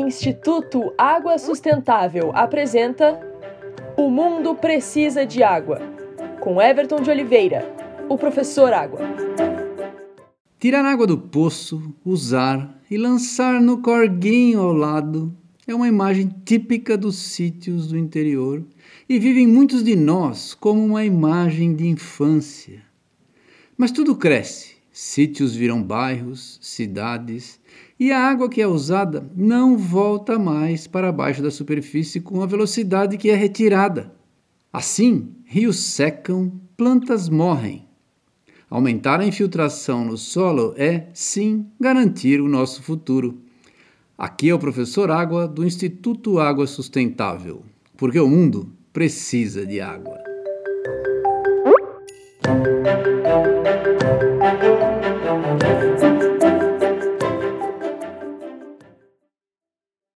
Instituto Água Sustentável apresenta O Mundo Precisa de Água, com Everton de Oliveira, o professor Água. Tirar água do poço, usar e lançar no corguinho ao lado é uma imagem típica dos sítios do interior e vivem muitos de nós como uma imagem de infância. Mas tudo cresce, sítios viram bairros, cidades, e a água que é usada não volta mais para baixo da superfície com a velocidade que é retirada. Assim, rios secam, plantas morrem. Aumentar a infiltração no solo é, sim, garantir o nosso futuro. Aqui é o professor Água do Instituto Água Sustentável, porque o mundo precisa de água.